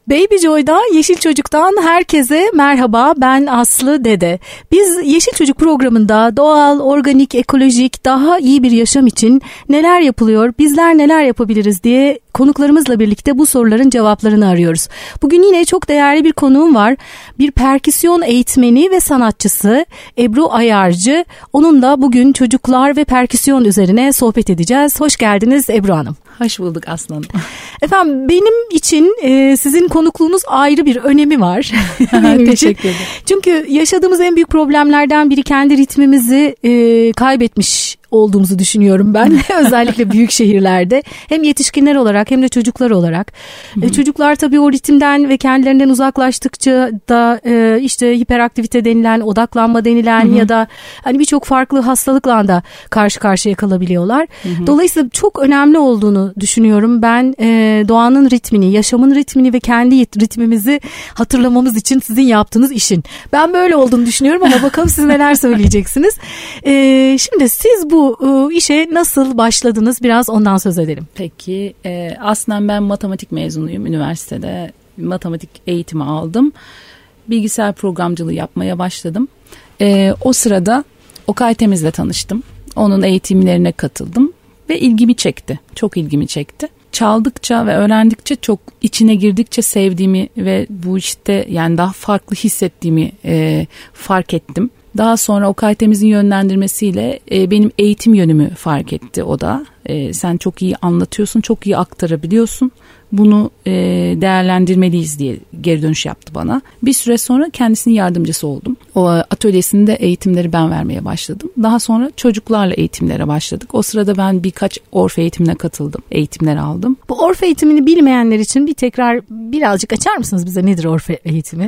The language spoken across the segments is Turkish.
Baby Joy'da Yeşil Çocuk'tan herkese merhaba, ben Aslı Dede. Biz Yeşil Çocuk programında doğal, organik, ekolojik, daha iyi bir yaşam için neler yapılıyor, bizler neler yapabiliriz diye konuklarımızla birlikte bu soruların cevaplarını arıyoruz. Bugün yine çok değerli bir konuğum var. Bir perküsyon eğitmeni ve sanatçısı Ebru Ayarcı. Onunla bugün çocuklar ve perküsyon üzerine sohbet edeceğiz. Hoş geldiniz Ebru Hanım. Hoş bulduk Aslı Hanım. Efendim benim için sizin konukluğunuz ayrı bir önemi var. Teşekkür ederim. Çünkü yaşadığımız en büyük problemlerden biri kendi ritmimizi kaybetmiş olduğumuzu düşünüyorum ben. Özellikle büyük şehirlerde hem yetişkinler olarak hem de çocuklar olarak. Çocuklar tabii o ritimden ve kendilerinden uzaklaştıkça da işte hiperaktivite denilen, odaklanma denilen ya da hani birçok farklı hastalıkla da karşı karşıya kalabiliyorlar. Dolayısıyla çok önemli olduğunu düşünüyorum. Ben doğanın ritmini, yaşamın ritmini ve kendi ritmimizi hatırlamamız için sizin yaptığınız işin. Ben böyle olduğunu düşünüyorum ama bakalım siz neler söyleyeceksiniz. Şimdi siz bu işe nasıl başladınız? Biraz ondan söz edelim. Peki, aslında ben matematik mezunuyum. Üniversitede matematik eğitimi aldım. Bilgisayar programcılığı yapmaya başladım. O sırada Okay Temiz'le tanıştım. Onun eğitimlerine katıldım ve ilgimi çekti. Çok ilgimi çekti. Çaldıkça ve öğrendikçe, çok içine girdikçe sevdiğimi ve bu işte yani daha farklı hissettiğimi fark ettim. Daha sonra Okay Temiz'in yönlendirmesiyle benim eğitim yönümü fark etti o da. Sen çok iyi anlatıyorsun, çok iyi aktarabiliyorsun. Bunu değerlendirmeliyiz diye geri dönüş yaptı bana. Bir süre sonra kendisinin yardımcısı oldum. O atölyesinde eğitimleri ben vermeye başladım. Daha sonra çocuklarla eğitimlere başladık. O sırada ben birkaç orf eğitimine katıldım. Eğitimler aldım. Bu orf eğitimini bilmeyenler için birazcık açar mısınız bize? Nedir orf eğitimi?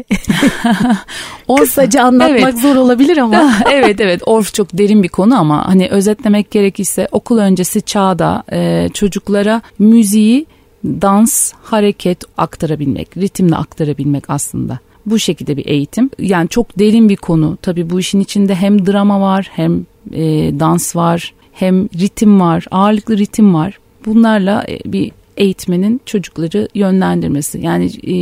Kısaca anlatmak zor olabilir ama. Evet. Orf çok derin bir konu ama hani özetlemek gerekirse okul öncesi çağda çocuklara müziği, dans, hareket aktarabilmek, ritimle aktarabilmek aslında. Bu şekilde bir eğitim. Yani çok derin bir konu. Tabii bu işin içinde hem drama var, hem dans var, hem ritim var, ağırlıklı ritim var. Bunlarla bir eğitmenin çocukları yönlendirmesi. Yani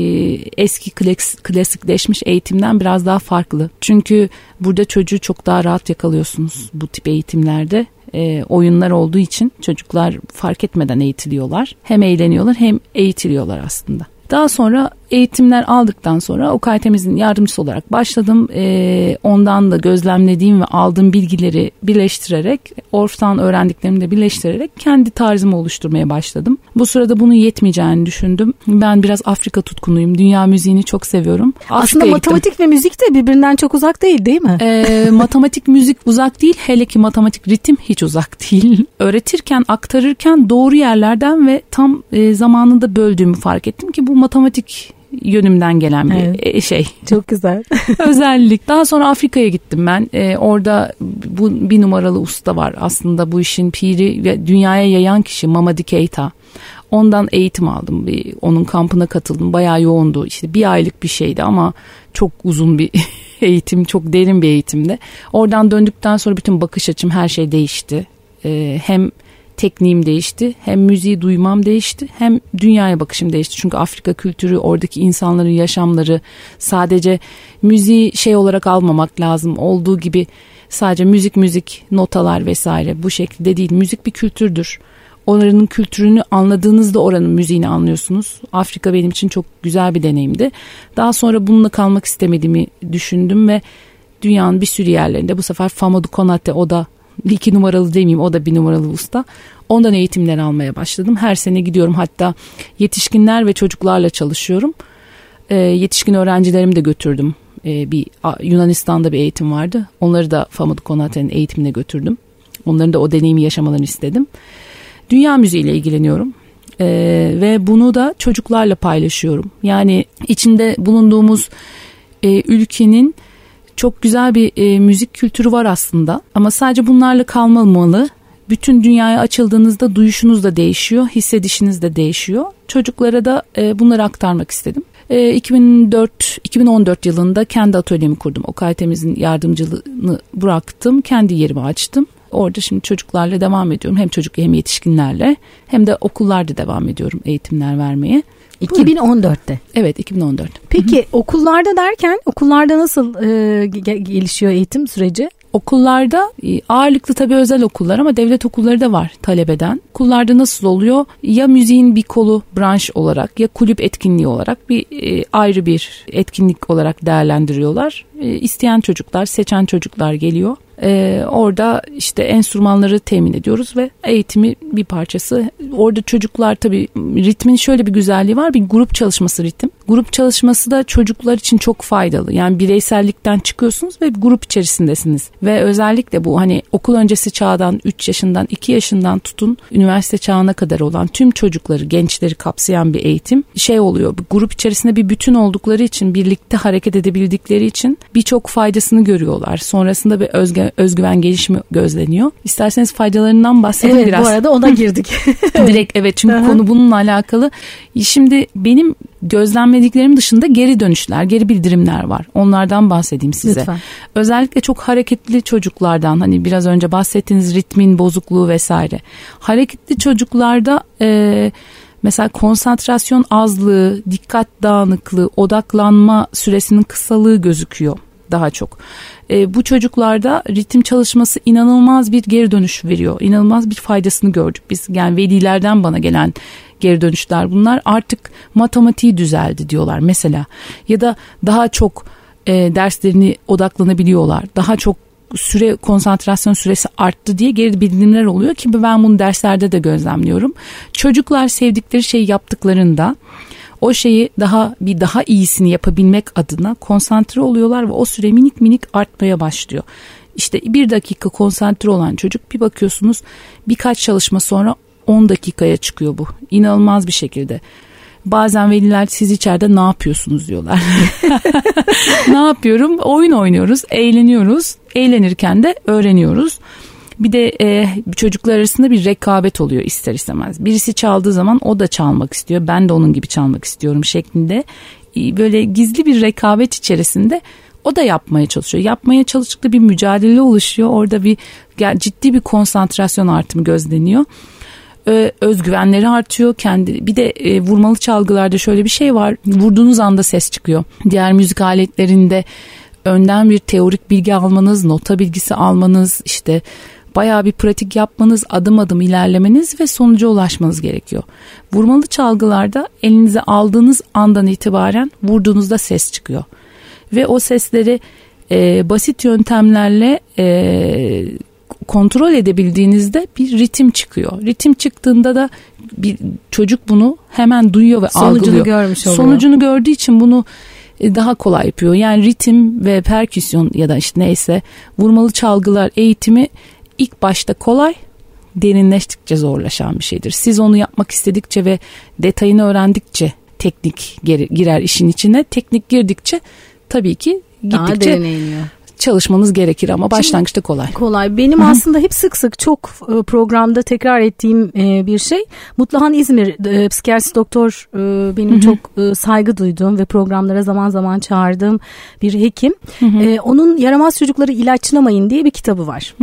eski klasikleşmiş eğitimden biraz daha farklı. Çünkü burada çocuğu çok daha rahat yakalıyorsunuz bu tip eğitimlerde. Oyunlar olduğu için çocuklar fark etmeden eğitiliyorlar. Hem eğleniyorlar hem eğitiliyorlar aslında. Daha sonra eğitimler aldıktan sonra Okay Temiz'in yardımcısı olarak başladım. Ondan da gözlemlediğim ve aldığım bilgileri birleştirerek, Orf'tan öğrendiklerimi de birleştirerek kendi tarzımı oluşturmaya başladım. Bu sırada bunun yetmeyeceğini düşündüm. Ben biraz Afrika tutkunuyum. Dünya müziğini çok seviyorum. Aslında matematik ve müzik de birbirinden çok uzak değil mi? Matematik, müzik uzak değil. Hele ki matematik, ritim hiç uzak değil. Öğretirken, aktarırken doğru yerlerden ve tam zamanında böldüğümü fark ettim ki bu matematik yönümden gelen bir şey. Çok güzel. Özellik. Daha sonra Afrika'ya gittim ben. Orada bu bir numaralı usta var. Aslında bu işin piri ve dünyaya yayan kişi Mamadi Keita. Ondan eğitim aldım. Onun kampına katıldım. Bayağı yoğundu. İşte bir aylık bir şeydi ama çok uzun bir eğitim. Çok derin bir eğitimdi. Oradan döndükten sonra bütün bakış açım, her şey değişti. Hem tekniğim değişti, hem müziği duymam değişti, hem dünyaya bakışım değişti. Çünkü Afrika kültürü, oradaki insanların yaşamları, sadece müziği şey olarak almamak lazım. Olduğu gibi sadece müzik, notalar vesaire bu şekilde değil. Müzik bir kültürdür. Oranın kültürünü anladığınızda oranın müziğini anlıyorsunuz. Afrika benim için çok güzel bir deneyimdi. Daha sonra bununla kalmak istemediğimi düşündüm ve dünyanın bir sürü yerlerinde, bu sefer Famodu Konate, o da 2 numaralı demeyeyim, o da 1 numaralı usta. Ondan eğitimler almaya başladım. Her sene gidiyorum, hatta yetişkinler ve çocuklarla çalışıyorum. Yetişkin öğrencilerimi de götürdüm. Yunanistan'da bir eğitim vardı. Onları da Famodu Konate'nin eğitimine götürdüm. Onların da o deneyimi yaşamalarını istedim. Dünya müziğiyle ilgileniyorum. Ve bunu da çocuklarla paylaşıyorum. Yani içinde bulunduğumuz ülkenin çok güzel bir müzik kültürü var aslında. Ama sadece bunlarla kalmamalı. Bütün dünyaya açıldığınızda duyuşunuz da değişiyor, hissedişiniz de değişiyor. Çocuklara da bunları aktarmak istedim. 2014 yılında kendi atölyemi kurdum. Okay Temiz'in yardımcılığını bıraktım, kendi yerimi açtım. Orada şimdi çocuklarla devam ediyorum. Hem çocuk hem yetişkinlerle, hem de okullarda devam ediyorum eğitimler vermeye. 2014'te. Evet, 2014. Peki okullarda derken okullarda nasıl gelişiyor eğitim süreci? Okullarda ağırlıklı tabii özel okullar ama devlet okulları da var talep eden. Okullarda nasıl oluyor? Ya müziğin bir kolu branş olarak ya kulüp etkinliği olarak bir ayrı bir etkinlik olarak değerlendiriyorlar. İsteyen çocuklar, seçen çocuklar geliyor. Orada işte enstrümanları temin ediyoruz ve eğitimi bir parçası. Orada çocuklar tabii ritmin şöyle bir güzelliği var, bir grup çalışması ritim. Grup çalışması da çocuklar için çok faydalı. Yani bireysellikten çıkıyorsunuz ve grup içerisindesiniz. Ve özellikle bu hani okul öncesi çağdan 3 yaşından 2 yaşından tutun üniversite çağına kadar olan tüm çocukları, gençleri kapsayan bir eğitim oluyor. Bir grup içerisinde bir bütün oldukları için, birlikte hareket edebildikleri için birçok faydasını görüyorlar. Sonrasında bir özgüven gelişimi gözleniyor. İsterseniz faydalarından bahsedelim biraz. Evet, bu arada ona girdik. Direkt evet, çünkü konu bununla alakalı. Şimdi benim gözlemlediklerim dışında geri dönüşler, geri bildirimler var. Onlardan bahsedeyim size. Lütfen. Özellikle çok hareketli çocuklardan, hani biraz önce bahsettiğiniz ritmin bozukluğu vesaire. Hareketli çocuklarda mesela konsantrasyon azlığı, dikkat dağınıklığı, odaklanma süresinin kısalığı gözüküyor daha çok. Bu çocuklarda ritim çalışması inanılmaz bir geri dönüş veriyor. İnanılmaz bir faydasını gördük biz. Yani velilerden bana gelen geri dönüşler bunlar. Artık matematiği düzeldi diyorlar mesela. Ya da daha çok derslerini odaklanabiliyorlar. Daha çok konsantrasyon süresi arttı diye geri bildirimler oluyor ki ben bunu derslerde de gözlemliyorum. Çocuklar sevdikleri şeyi yaptıklarında o şeyi daha iyisini yapabilmek adına konsantre oluyorlar ve o süre minik minik artmaya başlıyor. İşte 1 dakika konsantre olan çocuk, bir bakıyorsunuz birkaç çalışma sonra 10 dakikaya çıkıyor bu. İnanılmaz bir şekilde. Bazen veliler siz içeride ne yapıyorsunuz diyorlar. Ne yapıyorum? Oyun oynuyoruz, eğleniyoruz. Eğlenirken de öğreniyoruz. Bir de çocuklar arasında bir rekabet oluyor ister istemez. Birisi çaldığı zaman o da çalmak istiyor. Ben de onun gibi çalmak istiyorum şeklinde. Böyle gizli bir rekabet içerisinde o da yapmaya çalışıyor. Yapmaya çalıştıkça bir mücadele oluşuyor. Orada ciddi bir konsantrasyon artımı gözleniyor. Özgüvenleri artıyor. Bir de vurmalı çalgılarda şöyle bir şey var. Vurduğunuz anda ses çıkıyor. Diğer müzik aletlerinde önden bir teorik bilgi almanız, nota bilgisi almanız, işte bayağı bir pratik yapmanız, adım adım ilerlemeniz ve sonuca ulaşmanız gerekiyor. Vurmalı çalgılarda elinize aldığınız andan itibaren vurduğunuzda ses çıkıyor. Ve o sesleri basit yöntemlerle kontrol edebildiğinizde bir ritim çıkıyor. Ritim çıktığında da bir çocuk bunu hemen duyuyor ve algılıyor. Sonucunu gördüğü için bunu daha kolay yapıyor. Yani ritim ve perküsyon ya da işte neyse vurmalı çalgılar eğitimi ilk başta kolay, derinleştikçe zorlaşan bir şeydir. Siz onu yapmak istedikçe ve detayını öğrendikçe teknik girer işin içine. Teknik girdikçe tabii ki gittikçe çalışmanız gerekir ama başlangıçta kolay. Kolay. Benim aslında hep sık çok programda tekrar ettiğim bir şey. Mutluhan İzmir psikiyatrist doktor, benim çok saygı duyduğum ve programlara zaman zaman çağırdığım bir hekim. Onun Yaramaz Çocukları İlaçlamayın diye bir kitabı var.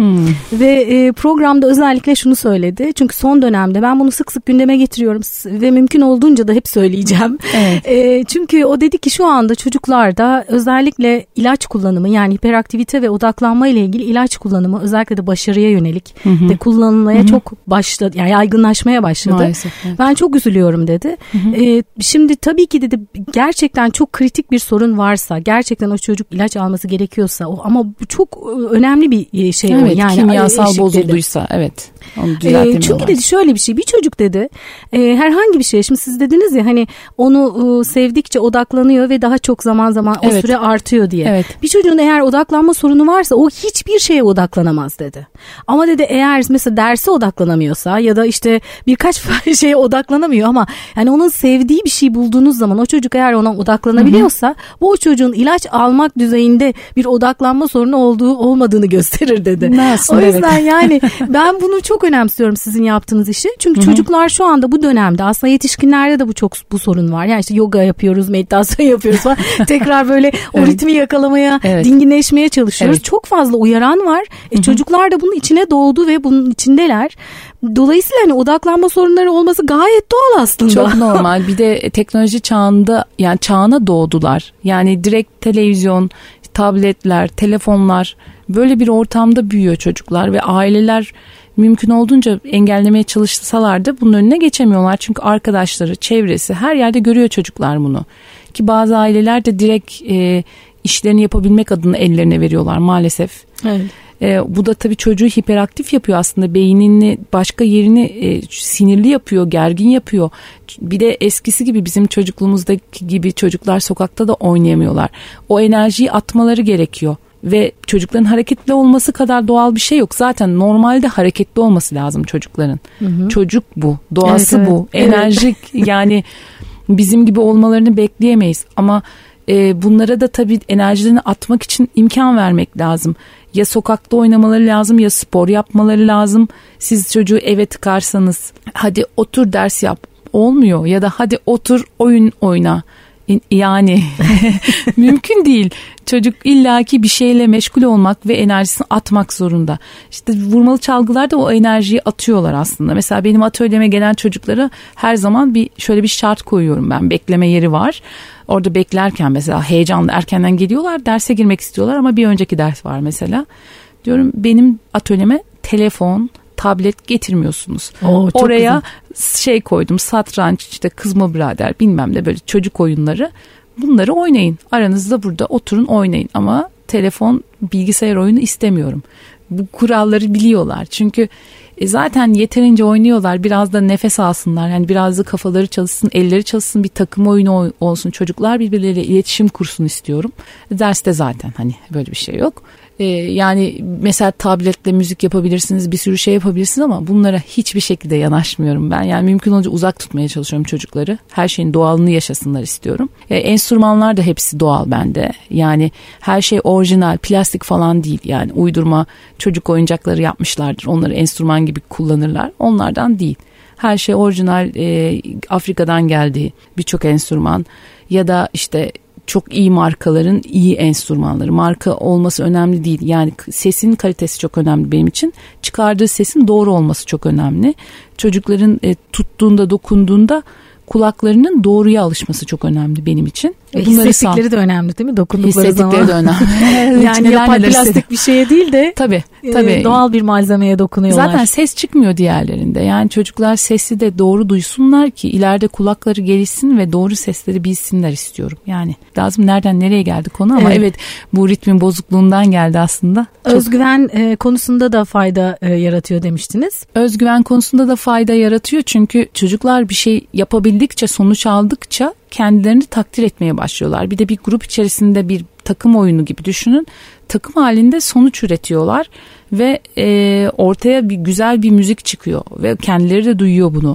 Ve programda özellikle şunu söyledi. Çünkü son dönemde ben bunu sık gündeme getiriyorum ve mümkün olduğunca da hep söyleyeceğim. Evet. Çünkü o dedi ki şu anda çocuklarda özellikle ilaç kullanımı, yani hiperaktivite ve odaklanma ile ilgili ilaç kullanımı özellikle de başarıya yönelik de kullanılmaya çok başladı. Yani yaygınlaşmaya başladı. Maalesef, evet. Ben çok üzülüyorum dedi. Şimdi tabii ki dedi gerçekten çok kritik bir sorun varsa, gerçekten o çocuk ilaç alması gerekiyorsa ama bu çok önemli bir şey. Evet, yani kimyasal bozulduysa dedi. Evet. Onu düzeltemiyorlar. Çünkü dedi şöyle bir şey, bir çocuk dedi herhangi bir şey, şimdi siz dediniz ya hani onu sevdikçe odaklanıyor ve daha çok zaman o süre artıyor diye. Evet. Bir çocuğun eğer odaklanma sorunu varsa o hiçbir şeye odaklanamaz dedi. Ama dedi eğer mesela derse odaklanamıyorsa ya da işte birkaç şeye odaklanamıyor ama yani onun sevdiği bir şey bulduğunuz zaman o çocuk eğer ona odaklanabiliyorsa bu o çocuğun ilaç almak düzeyinde bir odaklanma sorunu olmadığını gösterir dedi. Nasıl, o yüzden yani ben bunu çok önemsiyorum sizin yaptığınız işi. Çünkü çocuklar şu anda bu dönemde, aslında yetişkinlerde de bu sorun var. Yani işte yoga yapıyoruz, meditasyon yapıyoruz falan. Tekrar böyle o ritmi yakalamaya, dinginleşmeye çalışıyoruz. Çok fazla uyaran var. Çocuklar da bunun içine doğdu ve bunun içindeler. Dolayısıyla hani odaklanma sorunları olması gayet doğal aslında. Çok normal. Bir de teknoloji çağında, yani çağına doğdular. Yani direkt televizyon, tabletler, telefonlar, böyle bir ortamda büyüyor çocuklar ve aileler mümkün olduğunca engellemeye çalışsalar da bunun önüne geçemiyorlar. Çünkü arkadaşları, çevresi, her yerde görüyor çocuklar bunu. Ki bazı aileler de direkt işlerini yapabilmek adına ellerine veriyorlar maalesef. Evet. Bu da tabii çocuğu hiperaktif yapıyor aslında. Beynini, başka yerini sinirli yapıyor, gergin yapıyor. Bir de eskisi gibi, bizim çocukluğumuzdaki gibi çocuklar sokakta da oynayamıyorlar. O enerjiyi atmaları gerekiyor. Ve çocukların hareketli olması kadar doğal bir şey yok. Zaten normalde hareketli olması lazım çocukların. Hı. Çocuk bu, doğası evet, bu. Evet. Enerjik yani bizim gibi olmalarını bekleyemeyiz. Ama bunlara da tabii enerjilerini atmak için imkan vermek lazım. Ya sokakta oynamaları lazım, ya spor yapmaları lazım. Siz çocuğu eve tıkarsanız hadi otur ders yap, olmuyor. Ya da hadi otur oyun oyna. Yani mümkün değil. Çocuk illaki bir şeyle meşgul olmak ve enerjisini atmak zorunda. İşte vurmalı çalgılar da o enerjiyi atıyorlar aslında. Mesela benim atölyeme gelen çocuklara her zaman şöyle bir şart koyuyorum ben. Bekleme yeri var. Orada beklerken mesela heyecanlı, erkenden geliyorlar, derse girmek istiyorlar ama bir önceki ders var mesela. Diyorum benim atölyeme telefon, tablet getirmiyorsunuz. Oraya güzel. Koydum, satranç, işte Kızma Birader, bilmem ne, böyle çocuk oyunları. Bunları oynayın. Aranızda burada oturun oynayın ama telefon, bilgisayar oyunu istemiyorum. Bu kuralları biliyorlar. Çünkü zaten yeterince oynuyorlar. Biraz da nefes alsınlar. Yani biraz da kafaları çalışsın, elleri çalışsın, bir takım oyunu olsun. Çocuklar birbirleriyle iletişim kursun istiyorum. Derste zaten hani böyle bir şey yok. Yani mesela tabletle müzik yapabilirsiniz, bir sürü şey yapabilirsiniz ama bunlara hiçbir şekilde yanaşmıyorum ben. Yani mümkün olunca uzak tutmaya çalışıyorum çocukları. Her şeyin doğalını yaşasınlar istiyorum. Enstrümanlar da hepsi doğal bende. Yani her şey orijinal, plastik falan değil. Yani uydurma çocuk oyuncakları yapmışlardır. Onları enstrüman gibi kullanırlar. Onlardan değil. Her şey orijinal, Afrika'dan geldi birçok enstrüman ya da işte çok iyi markaların iyi enstrümanları. Marka olması önemli değil. Yani sesin kalitesi çok önemli benim için. Çıkardığı sesin doğru olması çok önemli. Çocukların tuttuğunda, dokunduğunda kulaklarının doğruya alışması çok önemli benim için. Hissettikleri de önemli değil mi? Dokundukları zaman. Hissettikleri de önemli. Yani yapay plastik bir şeye değil de tabii. Doğal bir malzemeye dokunuyorlar. Zaten ses çıkmıyor diğerlerinde. Yani çocuklar sesi de doğru duysunlar ki ileride kulakları gelişsin ve doğru sesleri bilsinler istiyorum. Yani lazım, nereden nereye geldi konu ama evet bu ritmin bozukluğundan geldi aslında. Özgüven konusunda da fayda yaratıyor demiştiniz. Özgüven konusunda da fayda yaratıyor çünkü çocuklar bir şey yapabildikçe, sonuç aldıkça kendilerini takdir etmeye başlıyorlar. Bir de bir grup içerisinde bir takım oyunu gibi düşünün. Takım halinde sonuç üretiyorlar ve ortaya bir güzel bir müzik çıkıyor ve kendileri de duyuyor bunu.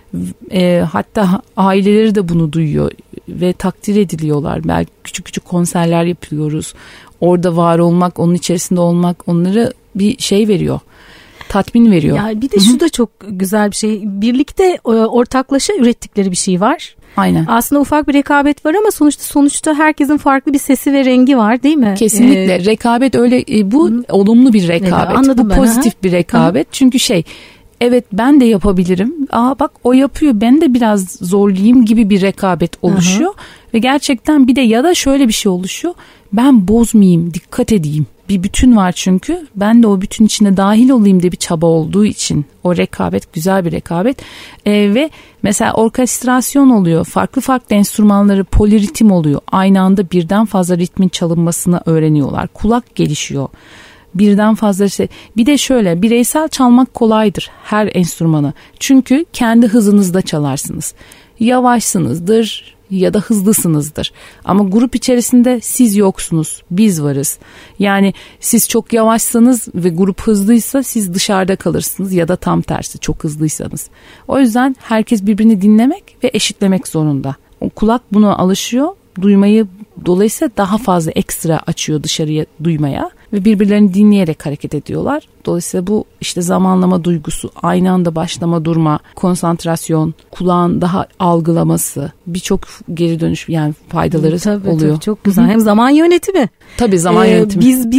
Hatta aileleri de bunu duyuyor ve takdir ediliyorlar. Belki küçük küçük konserler yapıyoruz. Orada var olmak, onun içerisinde olmak onlara bir şey veriyor. Tatmin veriyor. Ya bir de şu da çok güzel bir şey. Birlikte ortaklaşa ürettikleri bir şey var. Aynen. Aslında ufak bir rekabet var ama sonuçta herkesin farklı bir sesi ve rengi var, değil mi? Kesinlikle. Rekabet öyle, bu olumlu bir rekabet. Anladım, bu pozitif bir rekabet. Çünkü evet ben de yapabilirim. Bak o yapıyor, ben de biraz zorlayayım gibi bir rekabet oluşuyor. Ve gerçekten bir de ya da şöyle bir şey oluşuyor. Ben bozmayayım, dikkat edeyim. Bir bütün var çünkü. Ben de o bütün içine dahil olayım diye bir çaba olduğu için o rekabet güzel bir rekabet. Ve mesela orkestrasyon oluyor. Farklı farklı enstrümanları, poliritim oluyor. Aynı anda birden fazla ritmin çalınmasını öğreniyorlar. Kulak gelişiyor. Birden fazla şey. Bir de şöyle, bireysel çalmak kolaydır her enstrümanı. Çünkü kendi hızınızda çalarsınız. Yavaşsınızdır ya da hızlısınızdır. Ama grup içerisinde siz yoksunuz, biz varız. Yani siz çok yavaşsanız ve grup hızlıysa siz dışarıda kalırsınız ya da tam tersi çok hızlıysanız. O yüzden herkes birbirini dinlemek ve eşitlemek zorunda. O kulak buna alışıyor, duymayı dolayısıyla daha fazla ekstra açıyor dışarıya duymaya ve birbirlerini dinleyerek hareket ediyorlar. Dolayısıyla bu işte zamanlama duygusu, aynı anda başlama durma, konsantrasyon, kulağın daha algılaması, birçok geri dönüş yani faydaları oluyor. Tabii, çok güzel. Hem zaman yönetimi. Tabii zaman yönetimi.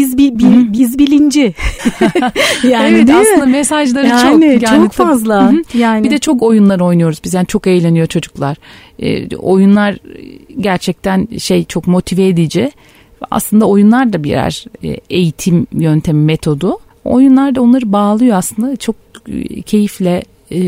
Biz bilinci. Yani evet, aslında mesajları çok fazla. Yani bir de çok oyunlar oynuyoruz biz. Yani çok eğleniyor çocuklar. Oyunlar gerçekten çok motive edici. Aslında oyunlar da birer eğitim yöntemi, metodu. Oyunlar da onları bağlıyor aslında. Çok keyifle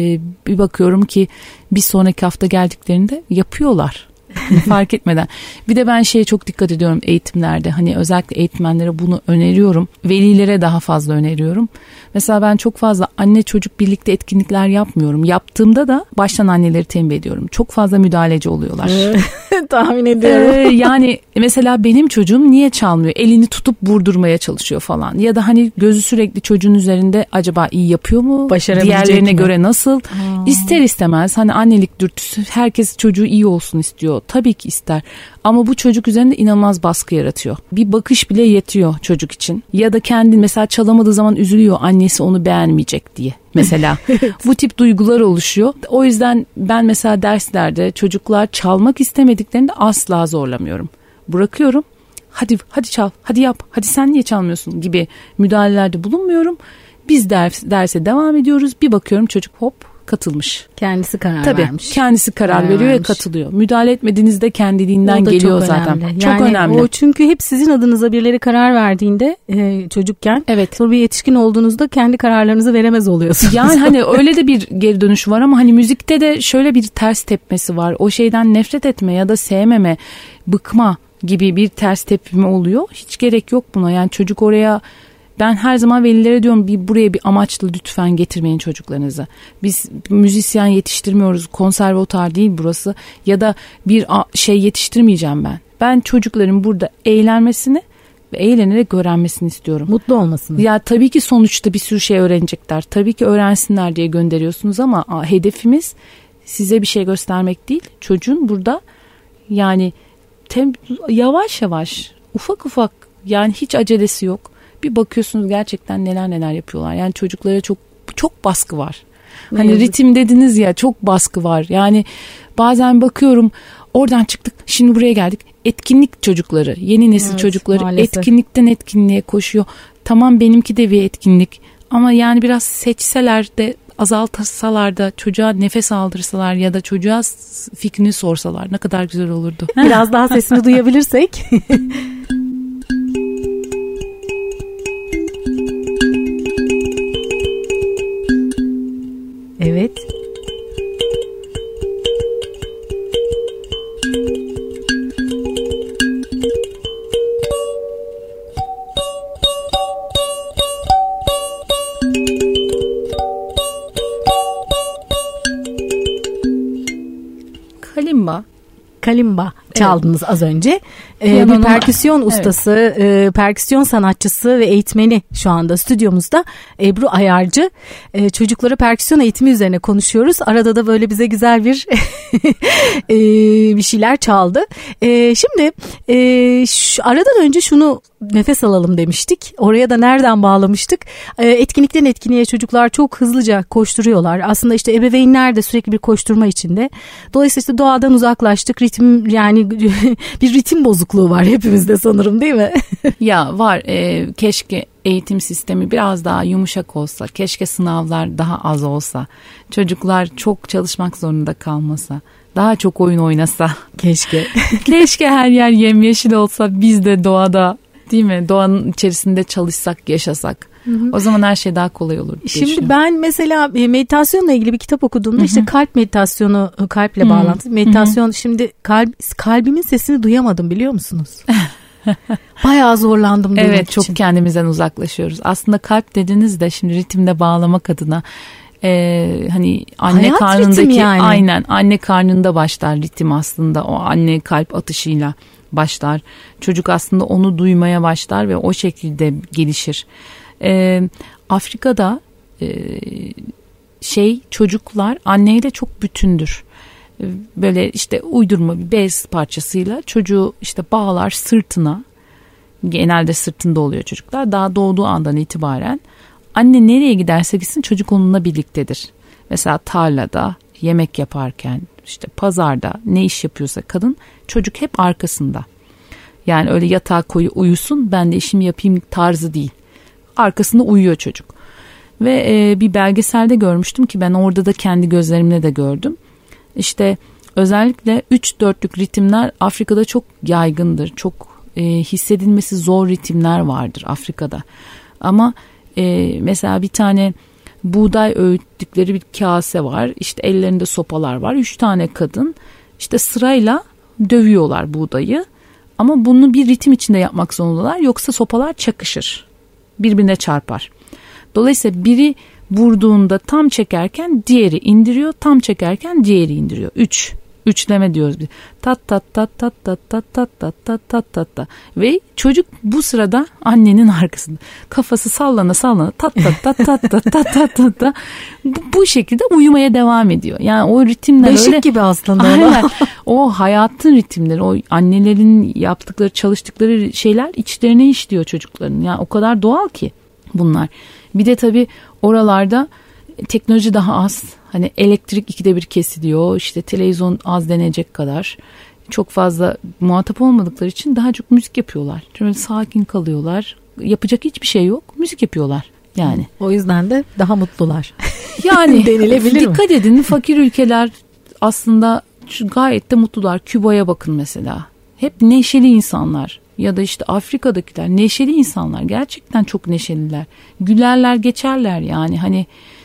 bir bakıyorum ki bir sonraki hafta geldiklerinde yapıyorlar. Fark etmeden. Bir de ben çok dikkat ediyorum eğitimlerde. Hani özellikle eğitmenlere bunu öneriyorum. Velilere daha fazla öneriyorum. Mesela ben çok fazla anne çocuk birlikte etkinlikler yapmıyorum. Yaptığımda da baştan anneleri tembih ediyorum. Çok fazla müdahaleci oluyorlar. Tahmin ediyorum. Yani mesela benim çocuğum niye çalmıyor? Elini tutup vurdurmaya çalışıyor falan. Ya da hani gözü sürekli çocuğun üzerinde, acaba iyi yapıyor mu? Diğerlerine göre nasıl? İster istemez hani annelik dürtüsü, herkes çocuğu iyi olsun istiyor. Tabii ki ister. Ama bu çocuk üzerinde inanılmaz baskı yaratıyor. Bir bakış bile yetiyor çocuk için. Ya da kendi mesela çalamadığı zaman üzülüyor, annesi onu beğenmeyecek diye. Mesela bu tip duygular oluşuyor. O yüzden ben mesela derslerde çocuklar çalmak istemediklerinde asla zorlamıyorum. Bırakıyorum. Hadi çal, hadi yap, hadi sen niye çalmıyorsun gibi müdahalelerde bulunmuyorum. Biz derse devam ediyoruz. Bir bakıyorum çocuk katılmış. Kendisi karar vermiş. Tabii kendisi karar veriyor ve katılıyor. Müdahale etmediğinizde kendiliğinden geliyor zaten. Önemli. Çok önemli. O çünkü hep sizin adınıza birileri karar verdiğinde çocukken, sonra bir yetişkin olduğunuzda kendi kararlarınızı veremez oluyorsunuz. Yani hani öyle de bir geri dönüşü var ama hani müzikte de şöyle bir ters tepmesi var. O şeyden nefret etme ya da sevmeme, bıkma gibi bir ters tepme oluyor. Hiç gerek yok buna. Yani çocuk oraya, ben her zaman velilere diyorum, buraya bir amaçla lütfen getirmeyin çocuklarınızı. Biz müzisyen yetiştirmiyoruz. Konservatuar değil burası. Ya da bir yetiştirmeyeceğim ben. Ben çocukların burada eğlenmesini ve eğlenerek öğrenmesini istiyorum. Mutlu olmasını. Ya tabii ki sonuçta bir sürü şey öğrenecekler. Tabii ki öğrensinler diye gönderiyorsunuz ama hedefimiz size bir şey göstermek değil. Çocuğun burada yani yavaş yavaş, ufak ufak, yani hiç acelesi yok. Bir bakıyorsunuz gerçekten neler yapıyorlar. Yani çocuklara çok baskı var. Hani ritim dediniz ya, çok baskı var. Yani bazen bakıyorum, oradan çıktık, şimdi buraya geldik. Etkinlik çocukları, yeni nesil çocukları maalesef etkinlikten etkinliğe koşuyor. Tamam, benimki de bir etkinlik ama yani biraz seçseler de, azaltsalar da, çocuğa nefes aldırsalar ya da çocuğa fikrini sorsalar ne kadar güzel olurdu. Biraz daha sesini duyabilirsek. Evet. Kalimba çaldınız az önce. Bir perküsyon ustası, perküsyon sanatçısı ve eğitmeni şu anda stüdyomuzda Ebru Ayarcı. Çocuklara perküsyon eğitimi üzerine konuşuyoruz. Arada da böyle bize güzel bir bir şeyler çaldı. Şimdi aradan önce şunu nefes alalım demiştik. Oraya da nereden bağlamıştık? Etkinlikten etkinliğe çocuklar çok hızlıca koşturuyorlar. Aslında işte ebeveynler de sürekli bir koşturma içinde. Dolayısıyla işte doğadan uzaklaştık. Ritim, yani bir ritim bozukluğu var hepimizde sanırım, değil mi? Ya var. Keşke eğitim sistemi biraz daha yumuşak olsa. Keşke sınavlar daha az olsa. Çocuklar çok çalışmak zorunda kalmasa. Daha çok oyun oynasa. Keşke. Keşke her yer yemyeşil olsa. Biz de doğada, değil mi? Doğanın içerisinde çalışsak, yaşasak. Hı-hı. O zaman her şey daha kolay olur. Şimdi ben mesela meditasyonla ilgili bir kitap okuduğumda, işte kalp meditasyonu, kalple bağlantılı meditasyon. Hı-hı. Şimdi kalbimin sesini duyamadım, biliyor musunuz? Bayağı zorlandım duymak için. Evet, çok kendimizden uzaklaşıyoruz. Aslında kalp dediniz de şimdi ritimde bağlamak adına hani anne hayat karnındaki yani. Aynen, anne karnında başlar ritim aslında, o anne kalp atışıyla başlar. Çocuk aslında onu duymaya başlar ve o şekilde gelişir. Afrika'da çocuklar anneyle çok bütündür. Böyle işte uydurma bir bez parçasıyla çocuğu işte bağlar sırtına Genelde sırtında oluyor çocuklar. Daha doğduğu andan itibaren anne nereye giderse gitsin çocuk onunla birliktedir. Mesela tarlada, yemek yaparken, işte pazarda ne iş yapıyorsa kadın, çocuk hep arkasında. Yani öyle yatağa koyu uyusun, ben de işimi yapayım tarzı değil. Arkasında uyuyor çocuk. Ve bir belgeselde görmüştüm ki ben orada da kendi gözlerimle de gördüm. İşte özellikle 3-4'lük ritimler Afrika'da çok yaygındır. Çok hissedilmesi zor ritimler vardır Afrika'da. Ama mesela bir tane buğday öğüttükleri bir kase var. İşte ellerinde sopalar var. 3 tane kadın işte sırayla dövüyorlar buğdayı. Ama bunu bir ritim içinde yapmak zorundalar. Yoksa sopalar çakışır. Birbirine çarpar. Dolayısıyla biri vurduğunda tam çekerken diğeri indiriyor. Tam çekerken diğeri indiriyor. Üçleme diyoruz biz. Tat tat tat tat tat tat tat tat tat tat tat tat. Ve çocuk bu sırada annenin arkasında. Kafası sallana sallana tat tat tat tat tat tat tat tat tat. Bu şekilde uyumaya devam ediyor. Yani o ritimler beşik öyle. gibi aslında. Aynen. O hayatın ritimleri, o annelerin yaptıkları, çalıştıkları şeyler içlerine işliyor çocukların. Yani o kadar doğal ki bunlar. Bir de tabii oralarda teknoloji daha az. Hani elektrik 2'de 1 kesiliyor. İşte televizyon az denecek kadar. Çok fazla muhatap olmadıkları için daha çok müzik yapıyorlar. Şöyle sakin kalıyorlar. Yapacak hiçbir şey yok. Müzik yapıyorlar yani. O yüzden de daha mutlular. Yani denilebilir dikkat edin, fakir ülkeler aslında gayet de mutlular. Küba'ya bakın mesela. Hep neşeli insanlar. Ya da işte Afrika'dakiler neşeli insanlar. Gerçekten çok neşeliler. Gülerler, geçerler yani. Hani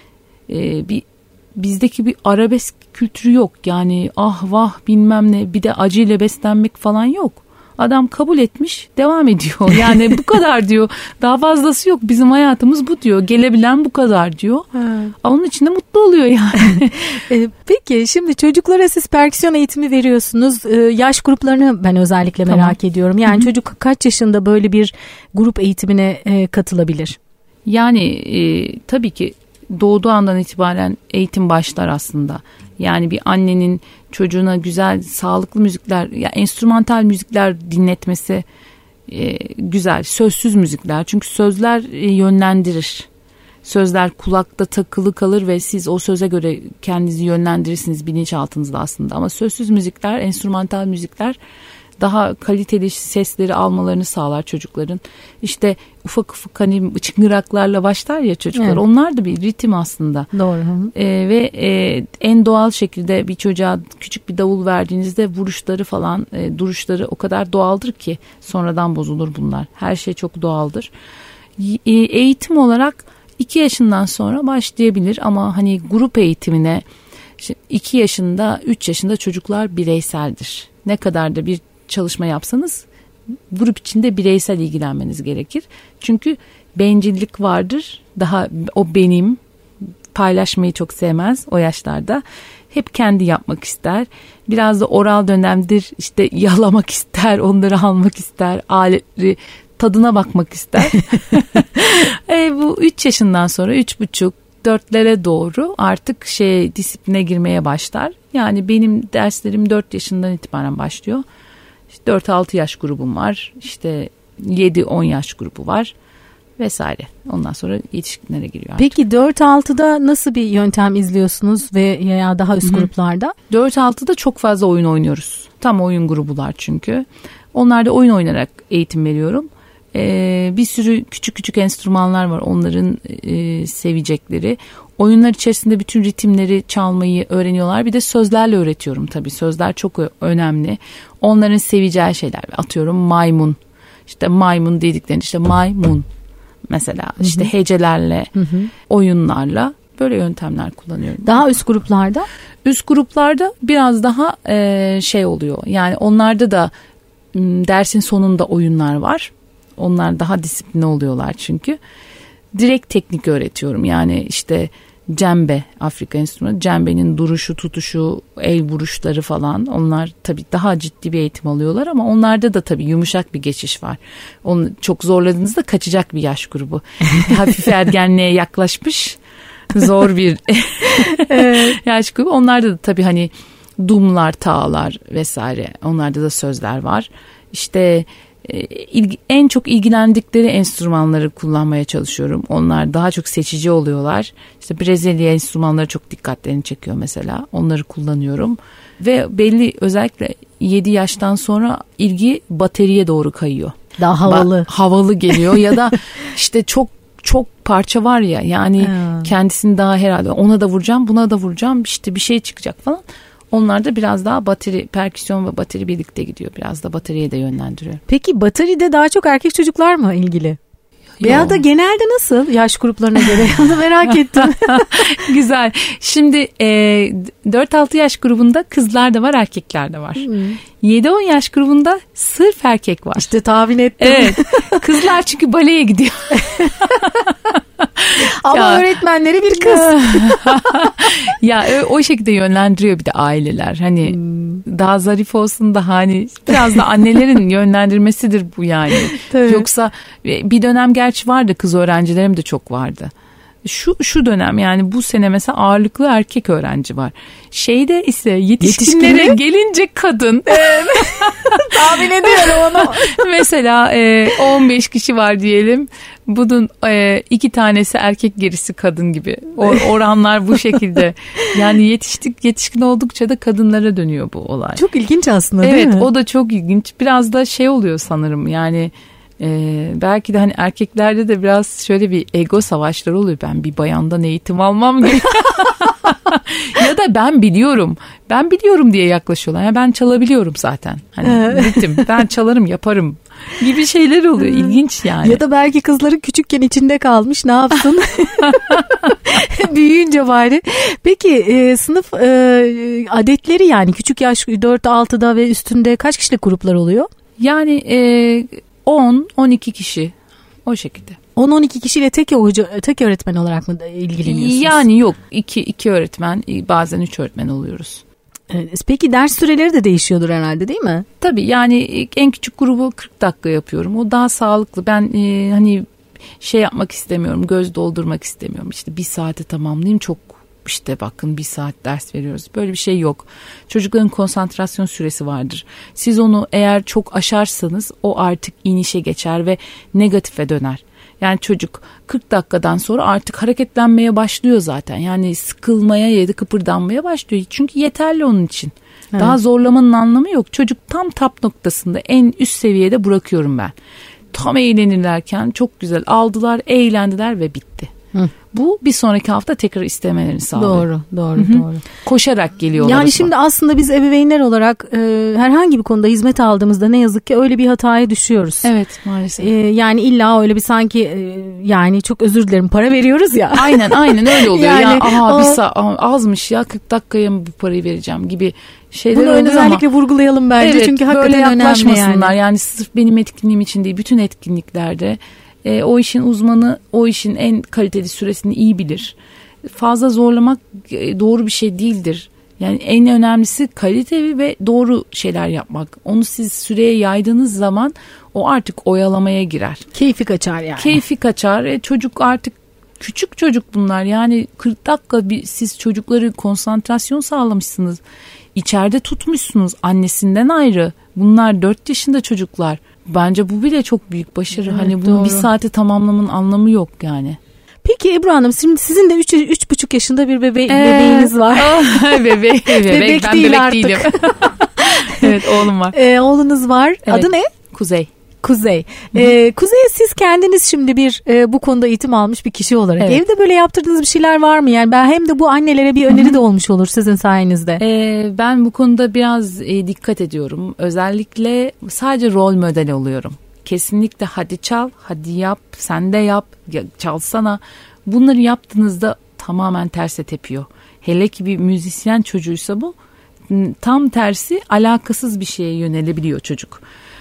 bizdeki bir arabesk kültürü yok. Yani ah vah bilmem ne, bir de acıyla beslenmek falan yok. Adam kabul etmiş, devam ediyor. Yani bu kadar diyor. Daha fazlası yok. Bizim hayatımız bu diyor. Gelebilen bu kadar diyor. Onun için de mutlu oluyor yani. Peki şimdi çocuklara siz perküsyon eğitimi veriyorsunuz. Yaş gruplarını ben özellikle merak ediyorum. Yani çocuk kaç yaşında böyle bir grup eğitimine katılabilir? Yani tabii ki doğduğu andan itibaren eğitim başlar aslında. Yani bir annenin çocuğuna güzel, sağlıklı müzikler, ya enstrümantal müzikler dinletmesi güzel. Sözsüz müzikler. Çünkü sözler yönlendirir. Sözler kulakta takılı kalır ve siz o söze göre kendinizi yönlendirirsiniz bilinçaltınızda aslında. Ama sözsüz müzikler, enstrümantal müzikler daha kaliteli sesleri almalarını sağlar çocukların. İşte ufak ufak hani çıngıraklarla başlar ya çocuklar. Evet. Onlar da bir ritim aslında. Doğru. Ve en doğal şekilde bir çocuğa küçük bir davul verdiğinizde vuruşları falan, duruşları o kadar doğaldır ki sonradan bozulur bunlar. Her şey çok doğaldır. Eğitim olarak 2 yaşından sonra başlayabilir ama hani grup eğitimine 2 yaşında, 3 yaşında çocuklar bireyseldir. Ne kadar da bir çalışma yapsanız grup içinde bireysel ilgilenmeniz gerekir. Çünkü bencillik vardır. Daha o benim paylaşmayı çok sevmez o yaşlarda. Hep kendi yapmak ister. Biraz da oral dönemdir. İşte yalamak ister, onları almak ister, aletleri tadına bakmak ister. Bu 3 yaşından sonra 3,5-4'lere doğru artık disipline girmeye başlar. Yani benim derslerim 4 yaşından itibaren başlıyor. 4-6 yaş grubum var. İşte 7-10 yaş grubu var vesaire. Ondan sonra yetişkinlere giriyor artık. Peki 4-6'da nasıl bir yöntem izliyorsunuz veya daha üst gruplarda? 4-6'da çok fazla oyun oynuyoruz. Tam oyun grubular çünkü. Onlarda oyun oynarak eğitim veriyorum. Bir sürü küçük küçük enstrümanlar var onların sevecekleri. Oyunlar içerisinde bütün ritimleri çalmayı öğreniyorlar. Bir de sözlerle öğretiyorum tabii. Sözler çok önemli. Onların seveceği şeyler. Atıyorum maymun. İşte maymun dediklerinde işte maymun. Mesela işte hecelerle, oyunlarla böyle yöntemler kullanıyorum. Daha üst gruplarda? Üst gruplarda biraz daha oluyor. Yani onlarda da dersin sonunda oyunlar var. Onlar daha disipline oluyorlar çünkü. Direkt teknik öğretiyorum. Yani işte cembe, Afrika enstrümanı, cembenin duruşu, tutuşu, el vuruşları falan. Onlar tabii daha ciddi bir eğitim alıyorlar ama onlarda da tabii yumuşak bir geçiş var. Onu çok zorladığınızda kaçacak bir yaş grubu. Hafif ergenliğe yaklaşmış zor bir yaş grubu. Onlarda da tabii hani dumlar, tağlar vesaire. Onlarda da sözler var. İşte En çok ilgilendikleri enstrümanları kullanmaya çalışıyorum. Onlar daha çok seçici oluyorlar. İşte Brezilya enstrümanları çok dikkatlerini çekiyor mesela. Onları kullanıyorum. Ve belli, özellikle 7 yaştan sonra ilgi bateriye doğru kayıyor. Daha havalı. Havalı geliyor ya da işte çok parça var ya, yani kendisini daha herhalde ona da vuracağım, buna da vuracağım, işte bir şey çıkacak falan. Onlar da biraz daha bateri, perküsyon ve bateri birlikte gidiyor. Biraz da bateriye de yönlendiriyor. Peki bateride daha çok erkek çocuklar mı ilgili? Veya da genelde nasıl yaş gruplarına göre? Onu merak ettim. Güzel. Şimdi 4-6 yaş grubunda kızlar da var, erkekler de var. 7-10 yaş grubunda sırf erkek var. İşte tahmin ettim. Evet. Kızlar çünkü baleye gidiyor. Ama ya, öğretmenleri bir kız. Ya o şekilde yönlendiriyor bir de aileler. Hani daha zarif olsun da, hani biraz da annelerin yönlendirmesidir bu yani. Tabii. Yoksa bir dönem gerçi vardı, kız öğrencilerim de çok vardı. Şu dönem yani bu sene mesela ağırlıklı erkek öğrenci var. Şeyde ise yetişkinlere gelince kadın. Tahmin ediyorum onu. Mesela 15 kişi var diyelim. Bunun 2 tanesi erkek, gerisi kadın gibi. Oranlar bu şekilde. Yani yetişkin oldukça da kadınlara dönüyor bu olay. Çok ilginç aslında, değil mi? Evet, o da çok ilginç. Biraz da şey oluyor sanırım yani. Belki de hani erkeklerde de biraz şöyle bir ego savaşları oluyor. Ben bir bayandan eğitim almam gibi. Ya da ben biliyorum diye yaklaşıyorlar. Yani ben çalabiliyorum zaten. Hani ritim, ben çalarım, yaparım gibi şeyler oluyor. İlginç yani. Ya da belki kızların küçükken içinde kalmış, ne yapsın? Büyüyünce bari. Peki sınıf adetleri, yani küçük yaş 4-6'da ve üstünde kaç kişilik gruplar oluyor? Yani 10-12 kişi, o şekilde. 10-12 kişiyle tek öğretmen olarak mı ilgileniyorsunuz? Yani yok, iki öğretmen, bazen 3 öğretmen oluyoruz. Peki ders süreleri de değişiyordur herhalde, değil mi? Tabii, yani en küçük grubu 40 dakika yapıyorum. O daha sağlıklı. Ben hani şey yapmak istemiyorum, göz doldurmak istemiyorum. İşte 1 saate tamamlayayım, çok işte bakın 1 saat ders veriyoruz. Böyle bir şey yok. Çocukların konsantrasyon süresi vardır. Siz onu eğer çok aşarsanız o artık inişe geçer ve negatife döner. Yani çocuk 40 dakikadan sonra artık hareketlenmeye başlıyor zaten. Yani sıkılmaya ya da kıpırdanmaya başlıyor. Çünkü yeterli onun için. Evet. Daha zorlamanın anlamı yok. Çocuk tam tap noktasında, en üst seviyede bırakıyorum ben. Tam eğlenirlerken çok güzel aldılar, eğlendiler ve bitti. Hı. Bu bir sonraki hafta tekrar istemelerini sağlıyor. Doğru. Koşarak geliyorlar. Yani şimdi aslında biz ebeveynler olarak herhangi bir konuda hizmet aldığımızda ne yazık ki öyle bir hataya düşüyoruz. Evet, maalesef. Yani illa öyle bir sanki yani çok özür dilerim, para veriyoruz ya. Aynen öyle oluyor. Yani, azmış ya, 40 dakikaya mı bu parayı vereceğim gibi şeyler oluyor. Bunu özellikle vurgulayalım bence, evet, çünkü hakikaten önemli. Böyle yaklaşmasınlar yani sırf benim etkinliğim için değil, bütün etkinliklerde. O işin uzmanı o işin en kaliteli süresini iyi bilir. Fazla zorlamak doğru bir şey değildir. Yani en önemlisi kaliteli ve doğru şeyler yapmak. Onu siz süreye yaydığınız zaman o artık oyalamaya girer. Keyfi kaçar yani. Keyfi kaçar. Çocuk artık, küçük çocuk bunlar. Yani 40 dakika siz çocukları konsantrasyon sağlamışsınız. İçeride tutmuşsunuz, annesinden ayrı. Bunlar 4 yaşında çocuklar. Bence bu bile çok büyük başarı. Evet, hani bunu 1 saate tamamlamanın anlamı yok yani. Peki Ebru Hanım, şimdi sizin de 3,5 yaşında bir bebeğiniz var. Bebek. Ben bebek artık. Değilim. Evet, oğlum var. Oğlunuz var. Evet. Adı ne? Kuzey. Kuzey'e siz kendiniz şimdi bu konuda eğitim almış bir kişi olarak evde böyle yaptırdığınız bir şeyler var mı? Yani hem de bu annelere bir öneri de olmuş olur sizin sayenizde. Ben bu konuda biraz dikkat ediyorum. Özellikle sadece rol model oluyorum. Kesinlikle hadi çal, hadi yap, sen de yap, çalsana. Bunları yaptığınızda tamamen terse tepiyor. Hele ki bir müzisyen çocuğuysa bu, tam tersi, alakasız bir şeye yönelebiliyor çocuk.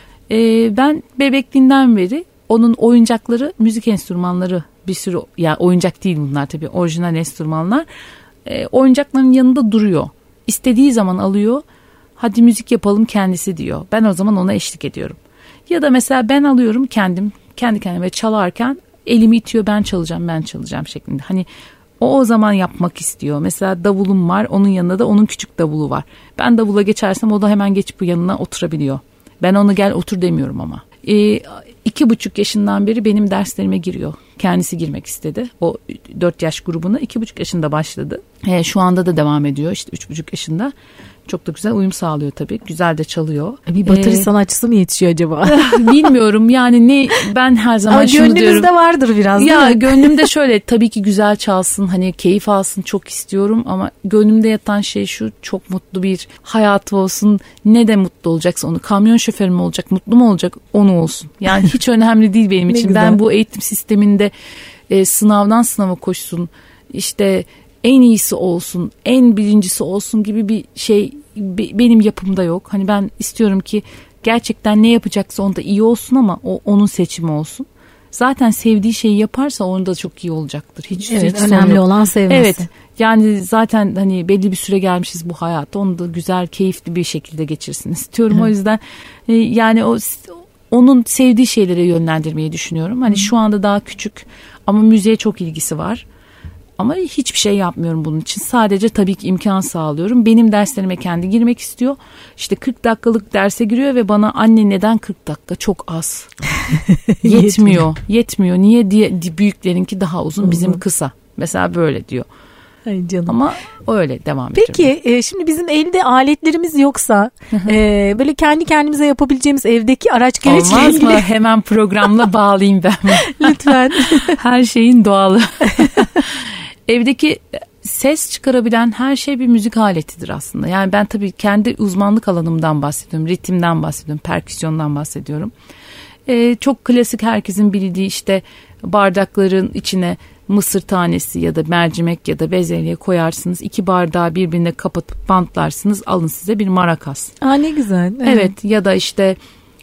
Ben bebekliğinden beri onun oyuncakları, müzik enstrümanları, bir sürü, yani oyuncak değil bunlar tabii, orijinal enstrümanlar, oyuncakların yanında duruyor. İstediği zaman alıyor, hadi müzik yapalım kendisi diyor. Ben o zaman ona eşlik ediyorum. Ya da mesela ben alıyorum kendi kendime çalarken elimi itiyor, ben çalacağım şeklinde. Hani o zaman yapmak istiyor. Mesela davulum var, onun yanında da onun küçük davulu var. Ben davula geçersem o da hemen geçip bu yanına oturabiliyor. Ben ona gel otur demiyorum ama. 2,5 yaşından beri benim derslerime giriyor. Kendisi girmek istedi. O 4 yaş grubuna 2,5 yaşında başladı. Şu anda da devam ediyor işte 3,5 yaşında. Çok da güzel uyum sağlıyor tabii. Güzel de çalıyor. Bir bateri sanatçısı mı yetişiyor acaba? Bilmiyorum yani ben her zaman ama şunu diyorum. Gönlünüzde vardır biraz ya, değil mi? Gönlümde şöyle tabii ki güzel çalsın, hani keyif alsın çok istiyorum ama gönlümde yatan şey şu: çok mutlu bir hayatı olsun. Ne de mutlu olacaksa onu, kamyon şoförü mü olacak, mutlu mu olacak, onu olsun. Yani hiç önemli değil benim için. Ben bu eğitim sisteminde sınavdan sınava koşsun, işte en iyisi olsun, en birincisi olsun gibi bir şey benim yapımda yok. Hani ben istiyorum ki gerçekten ne yapacaksa onda iyi olsun ama o onun seçimi olsun. Zaten sevdiği şeyi yaparsa onda çok iyi olacaktır. Hiç önemli olan sevmesi. Evet. Yani zaten hani belli bir süre gelmişiz bu hayatta. Onu da güzel, keyifli bir şekilde geçirsin istiyorum. O yüzden yani onun sevdiği şeylere yönlendirmeyi düşünüyorum. Hani şu anda daha küçük ama müziğe çok ilgisi var. Ama hiçbir şey yapmıyorum bunun için. Sadece tabii ki imkan sağlıyorum. Benim derslerime kendi girmek istiyor. İşte 40 dakikalık derse giriyor ve bana anne neden 40 dakika? Çok az. Yetmiyor. Niye diye büyüklerinki daha uzun, bizim kısa. Mesela böyle diyor. Ay canım. Ama öyle devam ediyor. Peki şimdi bizim elde aletlerimiz yoksa böyle kendi kendimize yapabileceğimiz evdeki araç gereçle olmaz ilgili. mı? Hemen programla bağlayayım ben. Lütfen. Her şeyin doğalı. Evdeki ses çıkarabilen her şey bir müzik aletidir aslında. Yani ben tabii kendi uzmanlık alanımdan bahsediyorum. Ritimden bahsediyorum. Perküsyondan bahsediyorum. Çok klasik, herkesin bildiği işte bardakların içine mısır tanesi ya da mercimek ya da bezelye koyarsınız. 2 bardağı birbirine kapatıp bantlarsınız. Alın size bir marakas. Ne güzel. Evet, ya da işte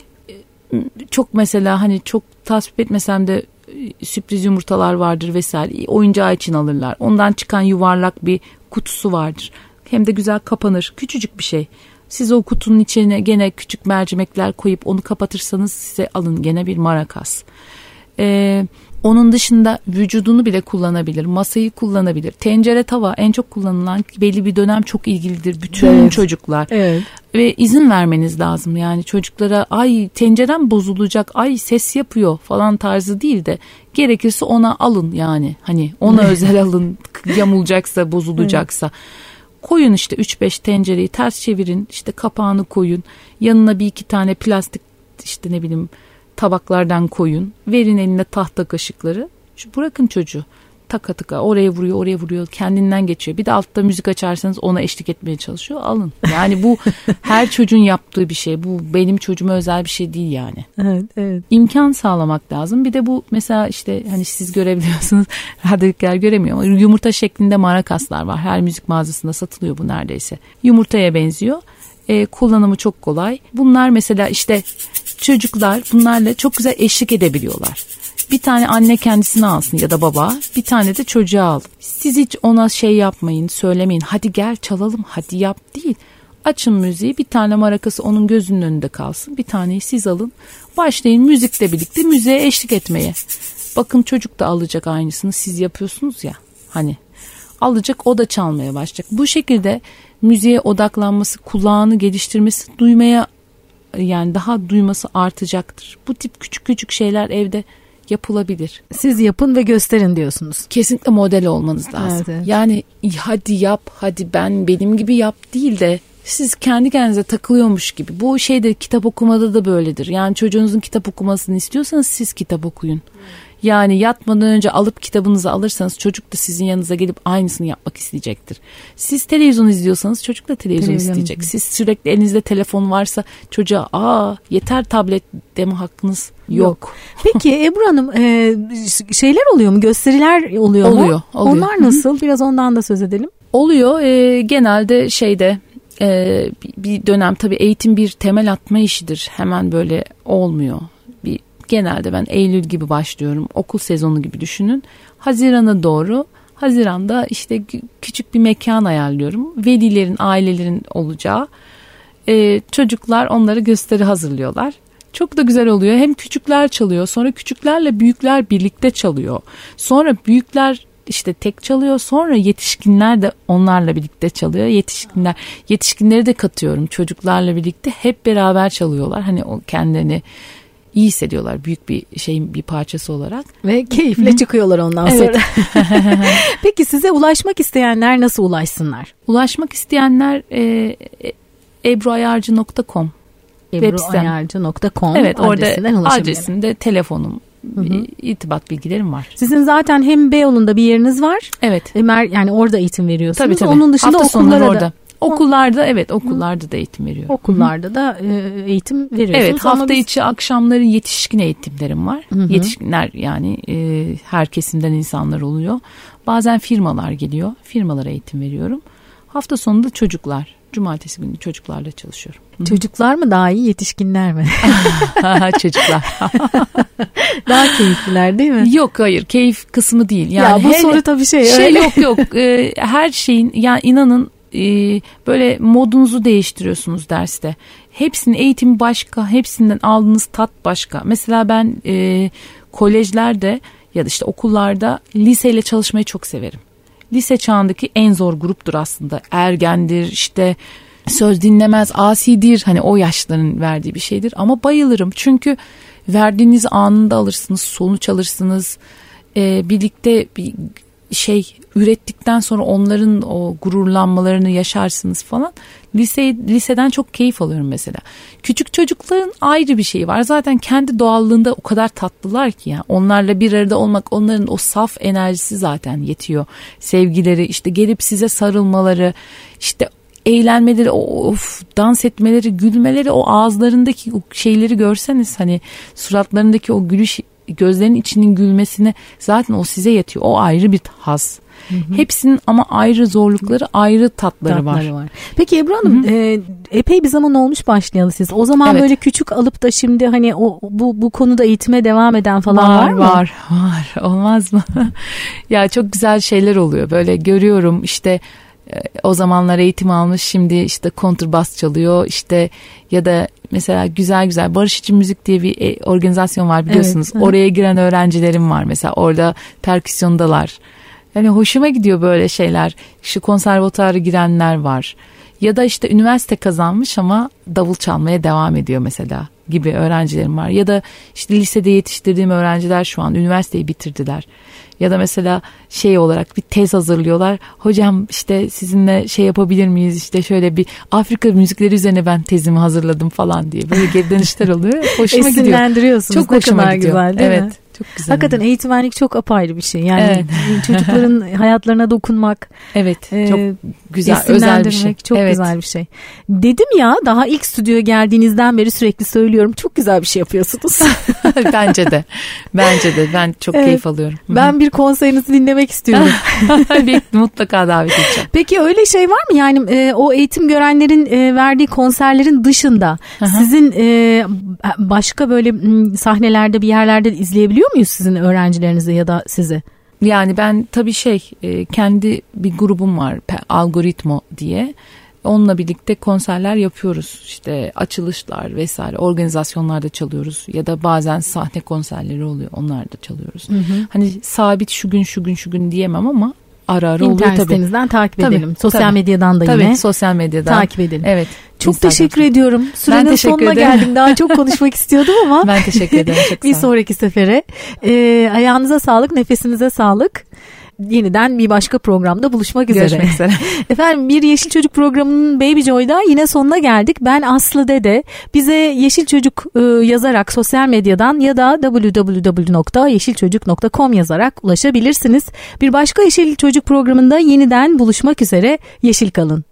çok mesela hani çok tasvip etmesem de sürpriz yumurtalar vardır vesaire. Oyuncağı için alırlar. Ondan çıkan yuvarlak bir kutusu vardır. Hem de güzel kapanır. Küçücük bir şey. Siz o kutunun içine gene küçük mercimekler koyup onu kapatırsanız size alın gene bir marakas. Onun dışında vücudunu bile kullanabilir. Masayı kullanabilir. Tencere, tava en çok kullanılan, belli bir dönem çok ilgilidir bütün çocuklar. Evet. Ve izin vermeniz lazım. Yani çocuklara ay tencerem bozulacak, ay ses yapıyor falan tarzı değil de gerekirse ona alın yani. Hani ona özel alın, yamulacaksa, bozulacaksa. Koyun işte 3-5 tencereyi ters çevirin, işte kapağını koyun. Yanına 1-2 tane plastik işte ne bileyim tabaklardan koyun. Verin eline tahta kaşıkları. Bırakın çocuğu. Taka tıka oraya vuruyor, kendinden geçiyor. Bir de altta müzik açarsanız ona eşlik etmeye çalışıyor. Alın. Yani bu her çocuğun yaptığı bir şey. Bu benim çocuğuma özel bir şey değil yani. Evet. İmkan sağlamak lazım. Bir de bu mesela işte hani siz görebiliyorsunuz. Radyolikler göremiyor ama yumurta şeklinde marakaslar var. Her müzik mağazasında satılıyor bu neredeyse. Yumurtaya benziyor. Kullanımı çok kolay. Bunlar mesela işte çocuklar bunlarla çok güzel eşlik edebiliyorlar. Bir tane anne kendisine alsın ya da baba, bir tane de çocuğa al. Siz hiç ona şey yapmayın, söylemeyin. Hadi gel çalalım, hadi yap değil. Açın müziği, bir tane marakası onun gözünün önünde kalsın. Bir taneyi siz alın. Başlayın müzikle birlikte müziğe eşlik etmeye. Bakın çocuk da alacak aynısını, siz yapıyorsunuz ya. Hani alacak, o da çalmaya başlayacak. Bu şekilde müziğe odaklanması, kulağını geliştirmesi, duymaya yani daha duyması artacaktır. Bu tip küçük küçük şeyler evde yapılabilir. Siz yapın ve gösterin diyorsunuz. Kesinlikle model olmanız lazım. Evet. Yani hadi yap, hadi benim gibi yap değil de siz kendi kendinize takılıyormuş gibi. Bu şeyde kitap okumada da böyledir. Yani çocuğunuzun kitap okumasını istiyorsanız siz kitap okuyun. Yani yatmadan önce alıp kitabınızı alırsanız çocuk da sizin yanınıza gelip aynısını yapmak isteyecektir. Siz televizyon izliyorsanız çocuk da televizyon isteyecek. Siz sürekli elinizde telefon varsa çocuğa yeter tablet deme hakkınız yok. Peki Ebru Hanım şeyler oluyor mu? Gösteriler oluyor mu? Oluyor. Onlar nasıl? Biraz ondan da söz edelim. Oluyor. Genelde bir dönem tabii eğitim bir temel atma işidir. Hemen böyle olmuyor. Genelde ben Eylül gibi başlıyorum. Okul sezonu gibi düşünün. Haziran'da işte küçük bir mekan ayarlıyorum. Velilerin, ailelerin olacağı. Çocuklar onları gösteri hazırlıyorlar. Çok da güzel oluyor. Hem küçükler çalıyor. Sonra küçüklerle büyükler birlikte çalıyor. Sonra büyükler işte tek çalıyor. Sonra yetişkinler de onlarla birlikte çalıyor. Yetişkinleri de katıyorum. Çocuklarla birlikte hep beraber çalıyorlar. Hani o kendilerini iyi hissediyorlar büyük bir şeyin bir parçası olarak. Ve keyifle çıkıyorlar ondan sonra. Peki size ulaşmak isteyenler nasıl ulaşsınlar? Ulaşmak isteyenler ebruayarcı.com ebruayarcı.com evet, orada adresinde telefonum, irtibat bilgilerim var. Sizin zaten hem Beyoğlu'nda bir yeriniz var. Evet. Yani orada eğitim veriyorsunuz. Tabii. Onun dışında okullara orada. Da. Okullarda da eğitim veriyorum. Okullarda da eğitim veriyorsunuz. Evet, hafta içi akşamları yetişkin eğitimlerim var. Yetişkinler yani her kesimden insanlar oluyor. Bazen firmalar geliyor. Firmalara eğitim veriyorum. Hafta sonu da çocuklar. Cumartesi günü çocuklarla çalışıyorum. Çocuklar mı daha iyi, yetişkinler mi? Çocuklar. Daha keyifliler değil mi? Yok, hayır, keyif kısmı değil. Yani ya bu soru tabii yok. Her şeyin, yani inanın böyle modunuzu değiştiriyorsunuz derste. Hepsinin eğitimi başka, hepsinden aldığınız tat başka. Mesela ben kolejlerde ya da işte okullarda liseyle çalışmayı çok severim. Lise çağındaki en zor gruptur aslında. Ergendir, işte söz dinlemez, asidir. Hani o yaşların verdiği bir şeydir. Ama bayılırım. Çünkü verdiğiniz anında alırsınız, sonuç alırsınız. Birlikte bir şey ürettikten sonra onların o gururlanmalarını yaşarsınız falan. Liseden çok keyif alıyorum mesela. Küçük çocukların ayrı bir şeyi var. Zaten kendi doğallığında o kadar tatlılar ki ya. Onlarla bir arada olmak, onların o saf enerjisi zaten yetiyor. Sevgileri, işte gelip size sarılmaları, işte eğlenmeleri, dans etmeleri, gülmeleri, o ağızlarındaki o şeyleri görseniz, hani suratlarındaki o gülüş, gözlerinin içinin gülmesini, zaten o size yetiyor. O ayrı bir haz. Hepsinin ama ayrı zorlukları, ayrı tatları var. Peki Ebru Hanım, epey bir zaman olmuş başlayalı siz. O zaman böyle küçük alıp da şimdi hani bu konuda eğitime devam eden falan var mı? Var. Olmaz mı? Ya çok güzel şeyler oluyor. Böyle görüyorum işte, o zamanlar eğitim almış, şimdi işte kontrbas çalıyor, işte ya da mesela güzel Barış için Müzik diye bir organizasyon var, biliyorsunuz. Evet. Oraya giren öğrencilerim var mesela, orada perküsyondalar. Yani hoşuma gidiyor böyle şeyler. Şu konservatuara girenler var. Ya da işte üniversite kazanmış ama davul çalmaya devam ediyor mesela gibi öğrencilerim var. Ya da işte lisede yetiştirdiğim öğrenciler şu an üniversiteyi bitirdiler. Ya da mesela şey olarak bir tez hazırlıyorlar. Hocam işte sizinle şey yapabilir miyiz? İşte şöyle bir Afrika müzikleri üzerine ben tezimi hazırladım falan diye. Böyle geri dönüşler oluyor. Hoşuma gidiyor. Esinlendiriyorsunuz. Çok hoşuma gidiyor. Güzel, değil mi? Çok güzel. Hakikaten eğitmenlik çok apayrı bir şey. Yani çocukların hayatlarına dokunmak. Evet. Çok güzel, özel bir şey. Çok güzel bir şey. Dedim ya, daha ilk stüdyoya geldiğinizden beri sürekli söylüyorum. Çok güzel bir şey yapıyorsunuz. Bence de. Ben çok keyif alıyorum. Ben bir konserinizi dinlemek istiyorum. Mutlaka davet edeceğim. Peki öyle şey var mı? Yani o eğitim görenlerin verdiği konserlerin dışında sizin başka böyle sahnelerde, bir yerlerde izleyebiliyor muyuz sizin öğrencilerinizi ya da sizi? Yani ben tabii kendi bir grubum var, Algoritmo diye. Onunla birlikte konserler yapıyoruz. İşte açılışlar vesaire, organizasyonlarda çalıyoruz ya da bazen sahne konserleri oluyor, onlarda çalıyoruz. Hani sabit şu gün diyemem ama ara oluyor tabii. İnternetinizden takip edelim. Sosyal medyadan da yine. Tabii, sosyal medyadan takip edelim. Evet. Çok teşekkür ediyorum. Sürenin sonuna geldim. Daha çok konuşmak istiyordum ama. Ben teşekkür ederim. Çok bir sonraki sefere. Ayağınıza sağlık, nefesinize sağlık. Yeniden bir başka programda buluşmak üzere. Görüşmek üzere. Efendim, bir Yeşil Çocuk programının Baby Joy'da yine sonuna geldik. Ben Aslı Dede. Bize Yeşil Çocuk yazarak sosyal medyadan ya da www.yeşilçocuk.com yazarak ulaşabilirsiniz. Bir başka Yeşil Çocuk programında yeniden buluşmak üzere. Yeşil kalın.